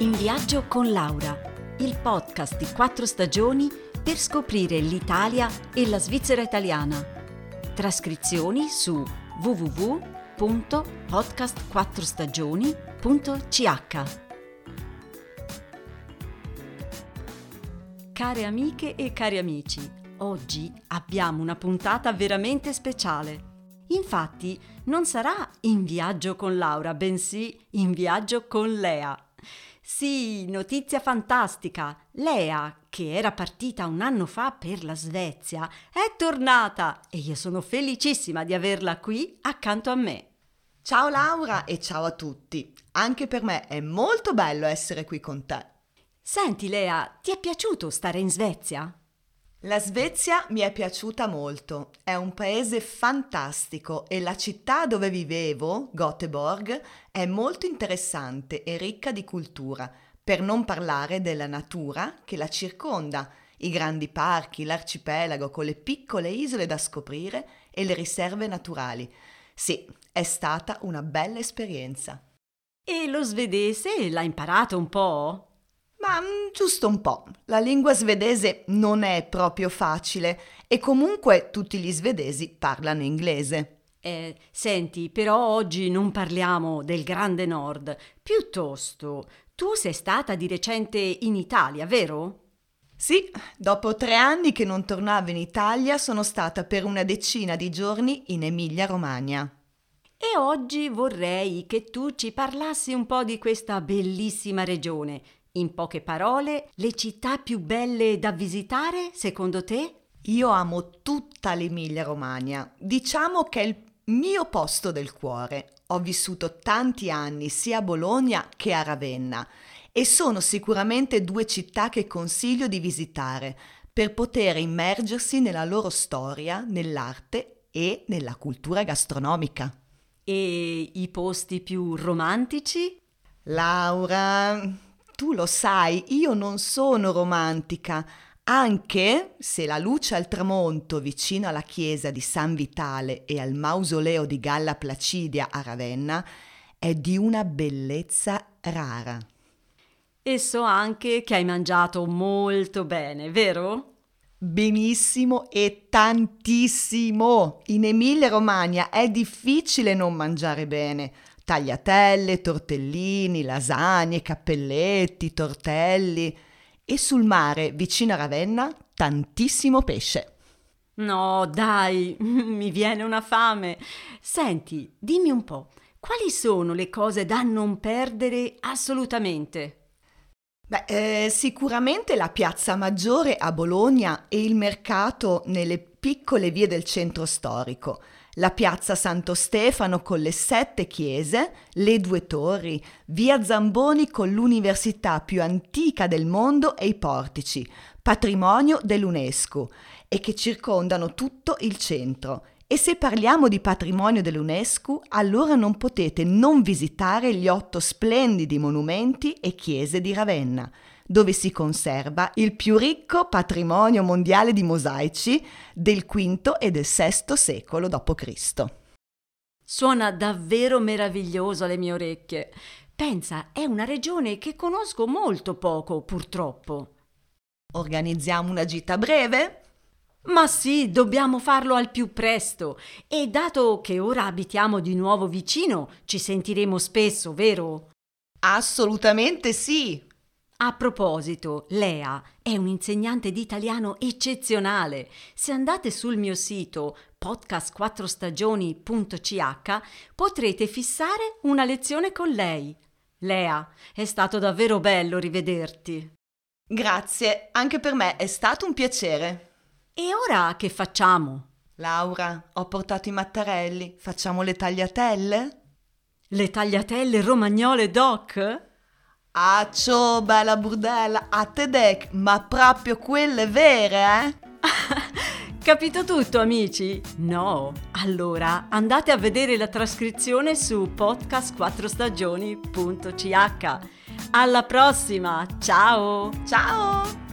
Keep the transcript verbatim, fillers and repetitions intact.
In viaggio con Laura, il podcast di quattro stagioni per scoprire l'Italia e la Svizzera italiana. Trascrizioni su w w w punto podcast quattro stagioni punto c h. Care amiche e cari amici, oggi abbiamo una puntata veramente speciale. Infatti non sarà in viaggio con Laura, bensì in viaggio con Lea. Sì, notizia fantastica! Lea, che era partita un anno fa per la Svezia, è tornata e io sono felicissima di averla qui accanto a me. Ciao Laura e ciao a tutti. Anche per me è molto bello essere qui con te. Senti Lea, ti è piaciuto stare in Svezia? La Svezia mi è piaciuta molto, è un paese fantastico e la città dove vivevo, Göteborg, è molto interessante e ricca di cultura, per non parlare della natura che la circonda, i grandi parchi, l'arcipelago con le piccole isole da scoprire e le riserve naturali. Sì, è stata una bella esperienza. E lo svedese l'hai imparato un po'? Ma mm, giusto un po'. La lingua svedese non è proprio facile e comunque tutti gli svedesi parlano inglese. Eh, senti, però oggi non parliamo del Grande Nord. Piuttosto, tu sei stata di recente in Italia, vero? Sì, dopo tre anni che non tornavo in Italia sono stata per una decina di giorni in Emilia-Romagna. E oggi vorrei che tu ci parlassi un po' di questa bellissima regione. In poche parole, le città più belle da visitare, secondo te? Io amo tutta l'Emilia-Romagna. Diciamo che è il mio posto del cuore. Ho vissuto tanti anni sia a Bologna che a Ravenna e sono sicuramente due città che consiglio di visitare per poter immergersi nella loro storia, nell'arte e nella cultura gastronomica. E i posti più romantici? Laura, tu lo sai, io non sono romantica, anche se la luce al tramonto vicino alla chiesa di San Vitale e al mausoleo di Galla Placidia a Ravenna è di una bellezza rara. E so anche che hai mangiato molto bene, vero? Benissimo e tantissimo! In Emilia-Romagna è difficile non mangiare bene. Tagliatelle, tortellini, lasagne, cappelletti, tortelli e sul mare vicino a Ravenna tantissimo pesce. No, dai, mi viene una fame. Senti, dimmi un po', quali sono le cose da non perdere assolutamente? Beh, eh, sicuramente la Piazza Maggiore a Bologna e il mercato nelle piccole vie del centro storico. La piazza Santo Stefano con le sette chiese, le due torri, via Zamboni con l'università più antica del mondo e i portici, patrimonio dell'UNESCO e che circondano tutto il centro. E se parliamo di patrimonio dell'UNESCO, allora non potete non visitare gli otto splendidi monumenti e chiese di Ravenna, dove si conserva il più ricco patrimonio mondiale di mosaici del quinto e del sesto secolo dopo Cristo. Suona davvero meraviglioso alle mie orecchie. Pensa, è una regione che conosco molto poco, purtroppo. Organizziamo una gita breve? Ma sì, dobbiamo farlo al più presto. E dato che ora abitiamo di nuovo vicino, ci sentiremo spesso, vero? Assolutamente sì! A proposito, Lea è un'insegnante di italiano eccezionale. Se andate sul mio sito podcast quattro stagioni punto c h potrete fissare una lezione con lei. Lea, è stato davvero bello rivederti. Grazie, anche per me è stato un piacere. E ora che facciamo? Laura, ho portato i mattarelli, facciamo le tagliatelle? Le tagliatelle romagnole doc? Ah, ciao, bella burdella, a te dec, ma proprio quelle vere, eh? Capito tutto, amici? No? Allora andate a vedere la trascrizione su podcast quattro stagioni punto c h. Alla prossima, ciao! Ciao!